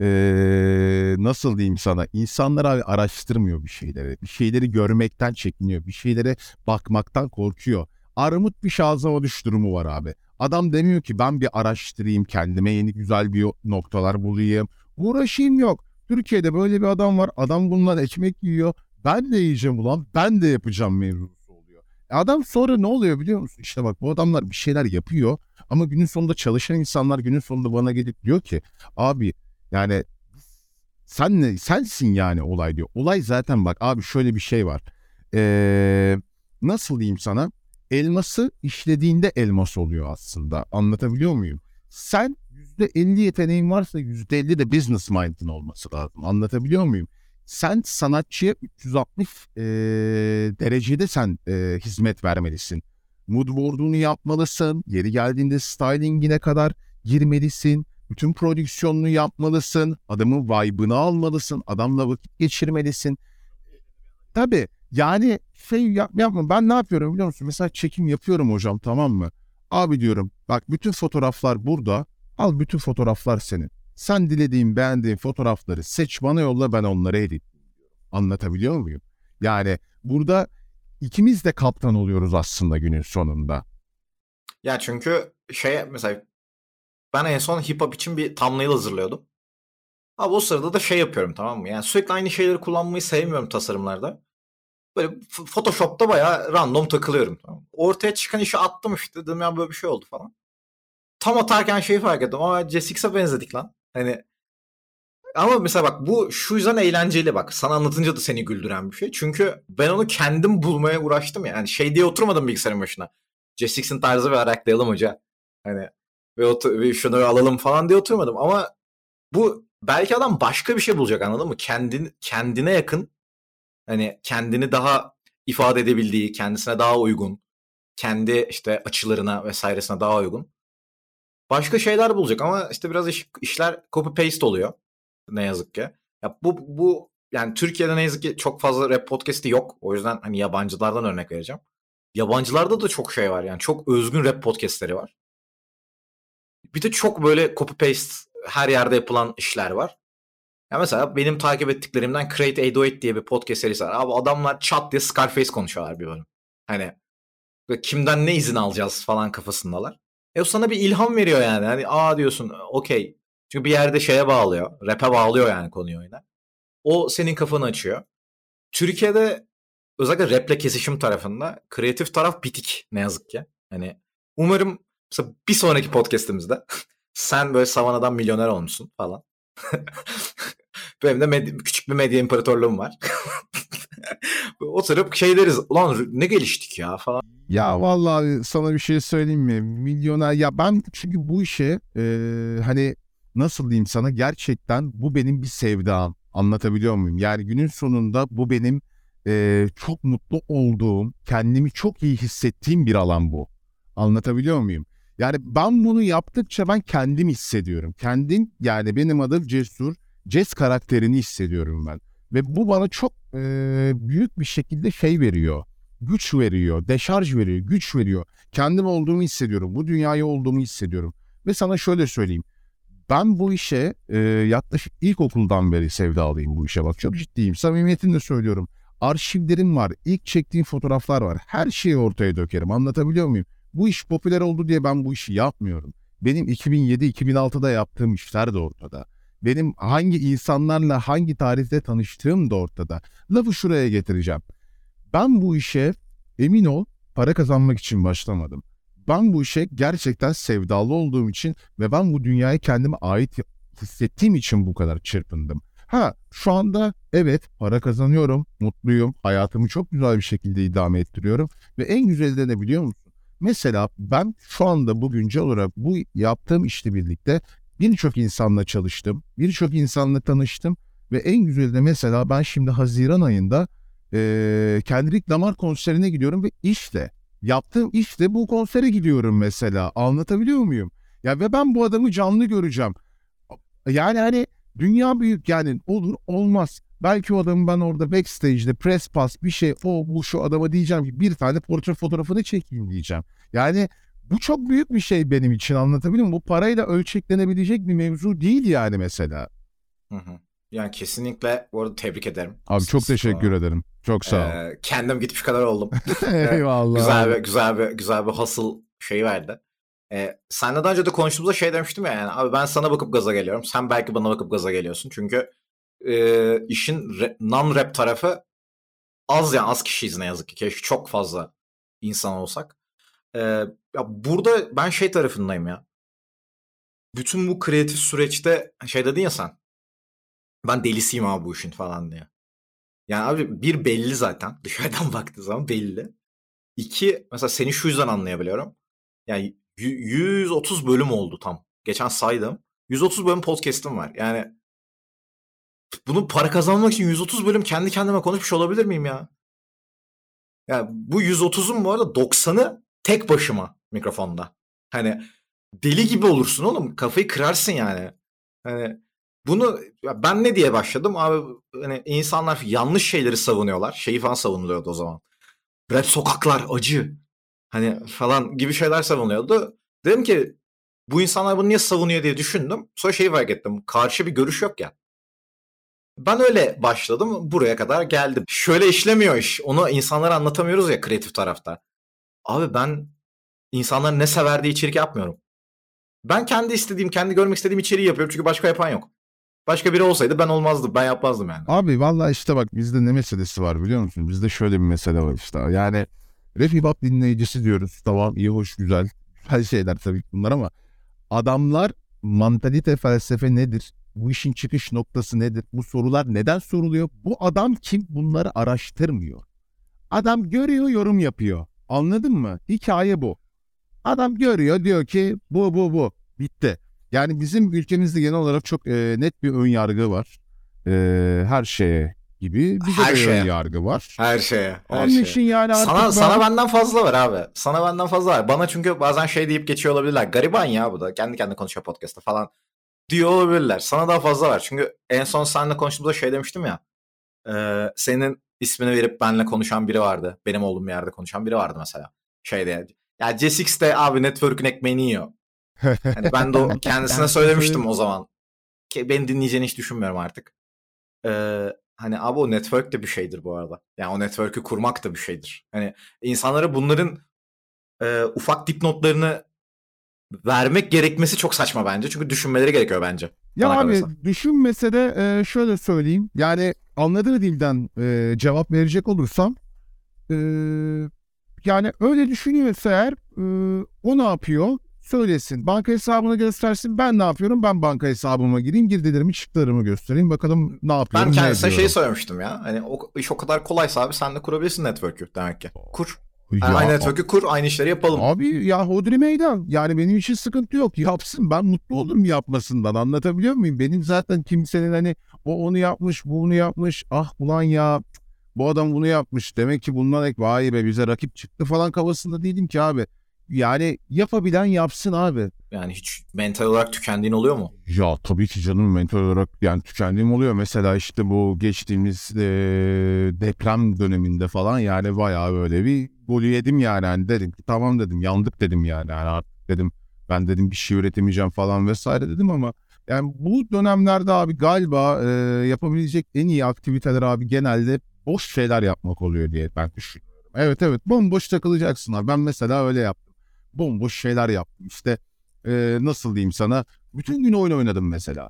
ee, nasıl diyeyim sana? İnsanlar abi araştırmıyor bir şeyleri. Bir şeyleri görmekten çekiniyor. Bir şeylere bakmaktan korkuyor. Armut bir şazıma düş durumu var abi. Adam demiyor ki ben bir araştırayım, kendime yeni güzel bir noktalar bulayım. Uğraşayım yok. Türkiye'de böyle bir adam var. Adam bundan ekmek yiyor. Ben de yiyeceğim ulan. Ben de yapacağım mevzusu oluyor. E adam sonra ne oluyor biliyor musun? İşte bak bu adamlar bir şeyler yapıyor. Ama günün sonunda çalışan insanlar günün sonunda bana gelip diyor ki abi yani sen ne, sensin yani olay diyor. Olay zaten bak abi şöyle bir şey var. Ee, nasıl diyeyim sana? Elması işlediğinde elmas oluyor aslında. Anlatabiliyor muyum? Sen yüzde elli yeteneğin varsa yüzde elli de business mind'ın olması lazım. Anlatabiliyor muyum? Sen sanatçıya üç yüz altmış e, derecede sen e, hizmet vermelisin. Mood board'unu yapmalısın. Yeri geldiğinde stylingine kadar girmelisin. Bütün prodüksiyonunu yapmalısın. Adamın vibe'ını almalısın. Adamla vakit geçirmelisin. Tabii yani şey yap, yapma. Ben ne yapıyorum biliyor musun? Mesela çekim yapıyorum hocam, tamam mı? Abi diyorum bak bütün fotoğraflar burada. Al bütün fotoğraflar senin. Sen dilediğin beğendiğin fotoğrafları seç bana yolla, ben onları edit. Anlatabiliyor muyum? Yani burada ikimiz de kaptan oluyoruz aslında günün sonunda. Ya çünkü şey, mesela ben en son hip hop için bir thumbnail hazırlıyordum. Abi o sırada da şey yapıyorum, tamam mı? Yani sürekli aynı şeyleri kullanmayı sevmiyorum tasarımlarda. Böyle Photoshop'ta bayağı random takılıyorum. Tamam mı? Ortaya çıkan işi attım işte. Dedim ya böyle bir şey oldu falan. Tam atarken şeyi fark ettim. Ama J six'e benzedik lan. Hani Ama mesela bak bu şu yüzden eğlenceli bak. Sana anlatınca da seni güldüren bir şey. Çünkü ben onu kendim bulmaya uğraştım ya. Yani şey diye oturmadım bilgisayarın başına. Jessix'in tarzı ve araklayalım hoca. Hani ve, otur- ve şunu alalım falan diye oturmadım. Ama bu belki adam başka bir şey bulacak, anladın mı? Kendin, kendine yakın, hani kendini daha ifade edebildiği, kendisine daha uygun, kendi işte açılarına vesairesine daha uygun başka şeyler bulacak ama işte biraz iş, işler copy paste oluyor ne yazık ki. Ya bu bu yani Türkiye'de ne yazık ki çok fazla rap podcast'i yok. O yüzden hani yabancılardan örnek vereceğim. Yabancılarda da çok şey var, yani çok özgün rap podcast'leri var. Bir de çok böyle copy paste her yerde yapılan işler var. Ya mesela benim takip ettiklerimden Create eight oh eight diye bir podcast serisi var. Abi adamlar çat diye Scarface konuşuyorlar bir bölüm. Hani kimden ne izin alacağız falan kafasındalar. E o sana bir ilham veriyor yani. Hani aa diyorsun okey. Çünkü bir yerde şeye bağlıyor. Rap'e bağlıyor yani konuyu oyuna. O senin kafanı açıyor. Türkiye'de özellikle rap'le kesişim tarafında kreatif taraf bitik ne yazık ki. Hani umarım mesela bir sonraki podcast'imizde sen böyle Savana'dan milyoner olmuşsun falan. Benim de med- küçük bir medya imparatorluğum var. Oturup şey deriz. Ulan ne geliştik ya falan. Ya vallahi sana bir şey söyleyeyim mi? Milyoner ya ben çünkü bu işe e, hani nasıl diyeyim sana, gerçekten bu benim bir sevdam. Anlatabiliyor muyum? Yani günün sonunda bu benim e, çok mutlu olduğum, kendimi çok iyi hissettiğim bir alan bu. Anlatabiliyor muyum? Yani ben bunu yaptıkça ben kendim hissediyorum. Kendim, yani benim adım Cesur. Ces karakterini hissediyorum ben. Ve bu bana çok e, büyük bir şekilde şey veriyor, güç veriyor, deşarj veriyor, güç veriyor. Kendim olduğumu hissediyorum. Bu dünyaya olduğumu hissediyorum. Ve sana şöyle söyleyeyim. Ben bu işe e, yaklaşık ilkokuldan beri sevdalıyım bu işe. Bak çok ciddiyim. Samimiyetimle söylüyorum. Arşivlerim var. İlk çektiğim fotoğraflar var. Her şeyi ortaya dökerim. Anlatabiliyor muyum? Bu iş popüler oldu diye ben bu işi yapmıyorum. Benim iki bin yedi iki bin altıda yaptığım işler de ortada. Benim hangi insanlarla hangi tarihte tanıştığım da ortada. Lafı şuraya getireceğim. Ben bu işe, emin ol, para kazanmak için başlamadım. Ben bu işe gerçekten sevdalı olduğum için ve ben bu dünyaya kendime ait hissettiğim için bu kadar çırpındım. Ha, şu anda evet para kazanıyorum, mutluyum, hayatımı çok güzel bir şekilde idame ettiriyorum ve en güzeli de ne biliyor musun? Mesela ben şu anda bu güncel olarak bu yaptığım işle birlikte birçok insanla çalıştım, birçok insanla tanıştım ve en güzeli de mesela ben şimdi Haziran ayında ee, Kendrick Lamar konserine gidiyorum ve işte yaptığım işte bu konsere gidiyorum mesela. Anlatabiliyor muyum? Ya ve ben bu adamı canlı göreceğim. Yani hani dünya büyük, yani olur olmaz. Belki o adamı ben orada backstage'de press pass bir şey, o bu şu adama diyeceğim ki bir tane portre fotoğrafını çekeyim diyeceğim. Yani bu çok büyük bir şey benim için, anlatabiliyor muyum? Bu parayla ölçeklenebilecek bir mevzu değil yani mesela. Hı hı. Yani kesinlikle bu arada tebrik ederim. Abi çok Siz teşekkür falan. ederim. Çok sağ ol. Ee, kendim gitmiş kadar oldum. Ee, Eyvallah güzel abi. bir güzel bir güzel bir hustle şeyi verdi. Ee, seninle daha önce de konuştuğumuzda şey demiştim ya, yani abi ben sana bakıp gaza geliyorum. Sen belki bana bakıp gaza geliyorsun. Çünkü e, işin re- non-rap tarafı az, yani az kişiyiz ne yazık ki. Keşke çok fazla insan olsak. Ee, ya burada ben şey tarafındayım ya. Bütün bu kreatif süreçte şey dedin ya sen. Ben delisiyim abi bu işin falan diye. Yani abi bir belli zaten. Dışarıdan baktığı zaman belli. İki, mesela seni şu yüzden anlayabiliyorum. Yani yüz otuz bölüm oldu tam. Geçen saydım. yüz otuz bölüm podcast'ım var. Yani bunu para kazanmak için yüz otuz bölüm kendi kendime konuşmuş olabilir miyim ya? Yani bu yüz otuzun bu arada doksanı tek başıma mikrofonda. Hani deli gibi olursun oğlum. Kafayı kırarsın yani. Hani bunu ben ne diye başladım? Abi hani insanlar yanlış şeyleri savunuyorlar. Şeyi falan savunuluyordu o zaman. Rap sokaklar acı. Hani falan gibi şeyler savunuyordu. Dedim ki bu insanlar bunu niye savunuyor diye düşündüm. Sonra şeyi fark ettim. Karşı bir görüş yok ya. Ben öyle başladım. Buraya kadar geldim. Şöyle işlemiyor iş. Onu insanlara anlatamıyoruz ya kreatif tarafta. Abi ben insanların ne sever diye içerik yapmıyorum. Ben kendi istediğim, kendi görmek istediğim içeriği yapıyorum. Çünkü başka yapan yok. Başka biri olsaydı ben olmazdım. Ben yapmazdım yani. Abi vallahi işte bak bizde ne meselesi var biliyor musun? Bizde şöyle bir mesele var işte. Yani rap hip hop dinleyicisi diyoruz. Tamam, iyi, hoş, güzel. Güzel şeyler tabii ki bunlar ama adamlar mantalite, felsefe nedir? Bu işin çıkış noktası nedir? Bu sorular neden soruluyor? Bu adam kim? Bunları araştırmıyor. Adam görüyor, yorum yapıyor. Anladın mı? Hikaye bu. Adam görüyor, diyor ki bu bu bu. Bitti. Yani bizim ülkemizde genel olarak çok e, net bir ön yargı var. E, her şeye gibi. Bize Her de şeye. ön yargı var. Her şeye. Her Onun şeye. için yani artık Sana, ben... sana benden fazla var abi. Sana benden fazla var. Bana çünkü bazen şey deyip geçiyor olabilirler. Gariban ya bu da. Kendi kendine konuşuyor podcast'ta falan diyor olabilirler. Sana daha fazla var. Çünkü en son seninle konuştuğumuzda şey demiştim ya. E, senin ismini verip benimle konuşan biri vardı. Benim olduğum bir yerde konuşan biri vardı mesela. Şeyde. Ya C S X de abi network'ün ekmeğini yiyor. Hani ben de o kendisine söylemiştim o zaman. Ki beni dinleyeceğini hiç düşünmüyorum artık. Ee, hani abi o network de bir şeydir bu arada. Yani o network'ü kurmak da bir şeydir. Hani insanlara bunların e, ufak dipnotlarını vermek gerekmesi çok saçma bence. Çünkü düşünmeleri gerekiyor bence. Ya Bana abi kalırsa. düşünmese de e, şöyle söyleyeyim. Yani anladığı dilden e, cevap verecek olursam e, yani öyle düşünüyorsa eğer e, o ne yapıyor? Söylesin. Banka hesabını göstersin. Ben ne yapıyorum? Ben banka hesabıma gireyim. Girdilerimi çıktılarımı göstereyim. Bakalım ne yapıyorum, Ben ne kendisine ediyorum. şeyi söylemiştim ya. Hani o iş o kadar kolaysa abi sen de kurabilirsin network'ü demek ki. Kur. Ya, Yani aynı network'ü kur, aynı işleri yapalım. Abi ya hodri meydan. Yani benim için sıkıntı yok. Yapsın. Ben mutlu olurum yapmasından. Anlatabiliyor muyum? Benim zaten kimsenin hani o onu yapmış, bu bunu yapmış. Ah ulan ya bu adam bunu yapmış. Demek ki bundan ek vay be bize rakip çıktı falan kafasında değilim ki abi. Yani yapabilen yapsın abi. Yani hiç mental olarak tükendiğin oluyor mu? Ya tabii ki canım mental olarak yani tükendiğim oluyor. Mesela işte bu geçtiğimiz e, deprem döneminde falan yani bayağı böyle bir golü yedim yani. Hani dedim ki tamam dedim yandık dedim yani. Yani artık dedim ben dedim bir şey üretemeyeceğim falan vesaire dedim ama yani bu dönemlerde abi galiba e, yapabilecek en iyi aktiviteler abi genelde boş şeyler yapmak oluyor diye ben düşünüyorum. Evet evet bomboş takılacaksın abi. Ben mesela öyle yaptım. Bomboş şeyler yaptım. İşte e, nasıl diyeyim sana? Bütün gün oyun oynadım mesela.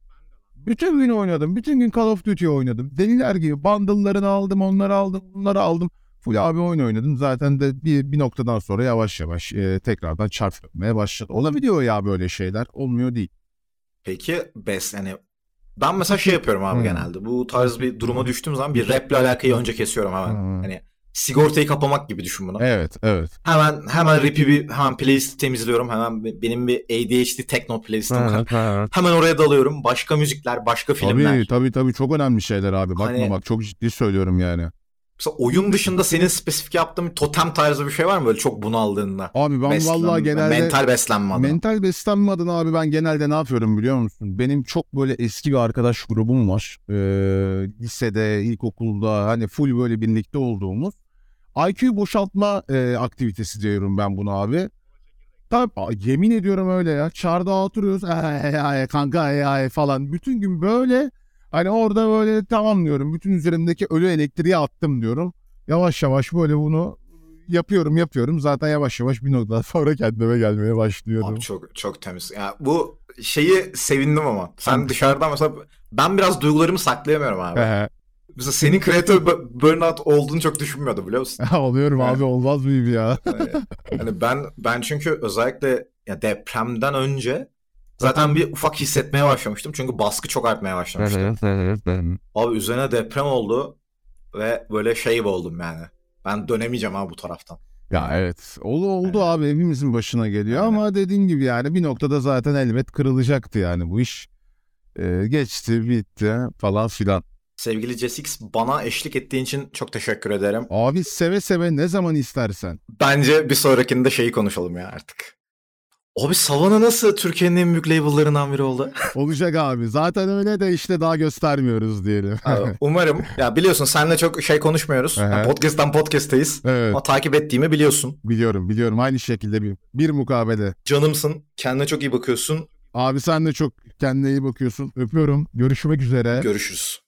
Bütün gün oynadım. Bütün gün Call of Duty oynadım. Deliler gibi bundle'larını aldım, onları aldım, bunları aldım. Full abi oyun oynadım. Zaten de bir, bir noktadan sonra yavaş yavaş e, tekrardan çarpmaya başladı. Olabiliyor ya böyle şeyler. Olmuyor değil. Peki bes yani ben mesela şey yapıyorum abi Hmm. genelde. Bu tarz bir duruma düştüğüm zaman bir raple alakayı önce kesiyorum hemen. Hmm. Hani sigortayı kapamak gibi düşün bunu. Evet, evet. Hemen hemen rap'i bir hemen playlist temizliyorum. Hemen benim bir A D H D techno playlistim var. Hemen oraya dalıyorum. Başka müzikler, başka filmler. Tabii tabii tabii çok önemli şeyler abi. Bakma Hani- bak çok ciddi söylüyorum yani. Mesela oyun dışında senin spesifik yaptığın bir totem tarzı bir şey var mı böyle çok bunaldığında? Abi ben Beslenme, vallahi genelde mental beslenme adına. mental beslenme adına abi ben genelde ne yapıyorum biliyor musun? Benim çok böyle eski bir arkadaş grubum var. Ee, lisede, ilkokulda hani full böyle birlikte olduğumuz. I Q boşaltma e, aktivitesi diyorum ben bunu abi. Tabii a- yemin ediyorum öyle ya. Çarda oturuyoruz. Ay, ay, kanka ay, ay falan. Bütün gün böyle hani orada böyle tamam diyorum. Bütün üzerimdeki ölü elektriği attım diyorum. Yavaş yavaş böyle bunu yapıyorum yapıyorum. Zaten yavaş yavaş bir noktadan sonra kendime gelmeye başlıyorum. Abi çok çok temiz. Ya bu şeyi sevindim ama. Sen dışarıdan mesela ben biraz duygularımı saklayamıyorum abi. Mesela senin kreatör bu- burnout olduğunu çok düşünmüyordum biliyor musun? Oluyorum Evet. abi olmaz mıyım ya? Hani, hani ben ben çünkü özellikle ya depremden önce zaten bir ufak hissetmeye başlamıştım. Çünkü baskı çok artmaya başlamıştı. Abi üzerine deprem oldu ve böyle şey gibi oldum yani. Ben dönemeyeceğim abi bu taraftan. Ya evet. Oldu oldu Evet. abi hepimizin başına geliyor Aynen. ama dediğin gibi yani bir noktada zaten elbet kırılacaktı yani bu iş. Ee, geçti bitti falan filan. Sevgili Jesix bana eşlik ettiğin için çok teşekkür ederim. Abi seve seve ne zaman istersen. Bence bir sonrakinde şeyi konuşalım ya artık. Abi Savana nasıl Türkiye'nin en büyük label'larından biri oldu? Olacak abi. Zaten öyle de işte daha göstermiyoruz diyelim. Abi, umarım. Ya biliyorsun seninle çok şey konuşmuyoruz. Aha. Yani podcast'tan podcast'tayız. Evet. Ama takip ettiğimi biliyorsun. Biliyorum biliyorum aynı şekilde bir, bir mukabele. Canımsın. Kendine çok iyi bakıyorsun. Abi sen de çok kendine iyi bakıyorsun. Öpüyorum. Görüşmek üzere. Görüşürüz.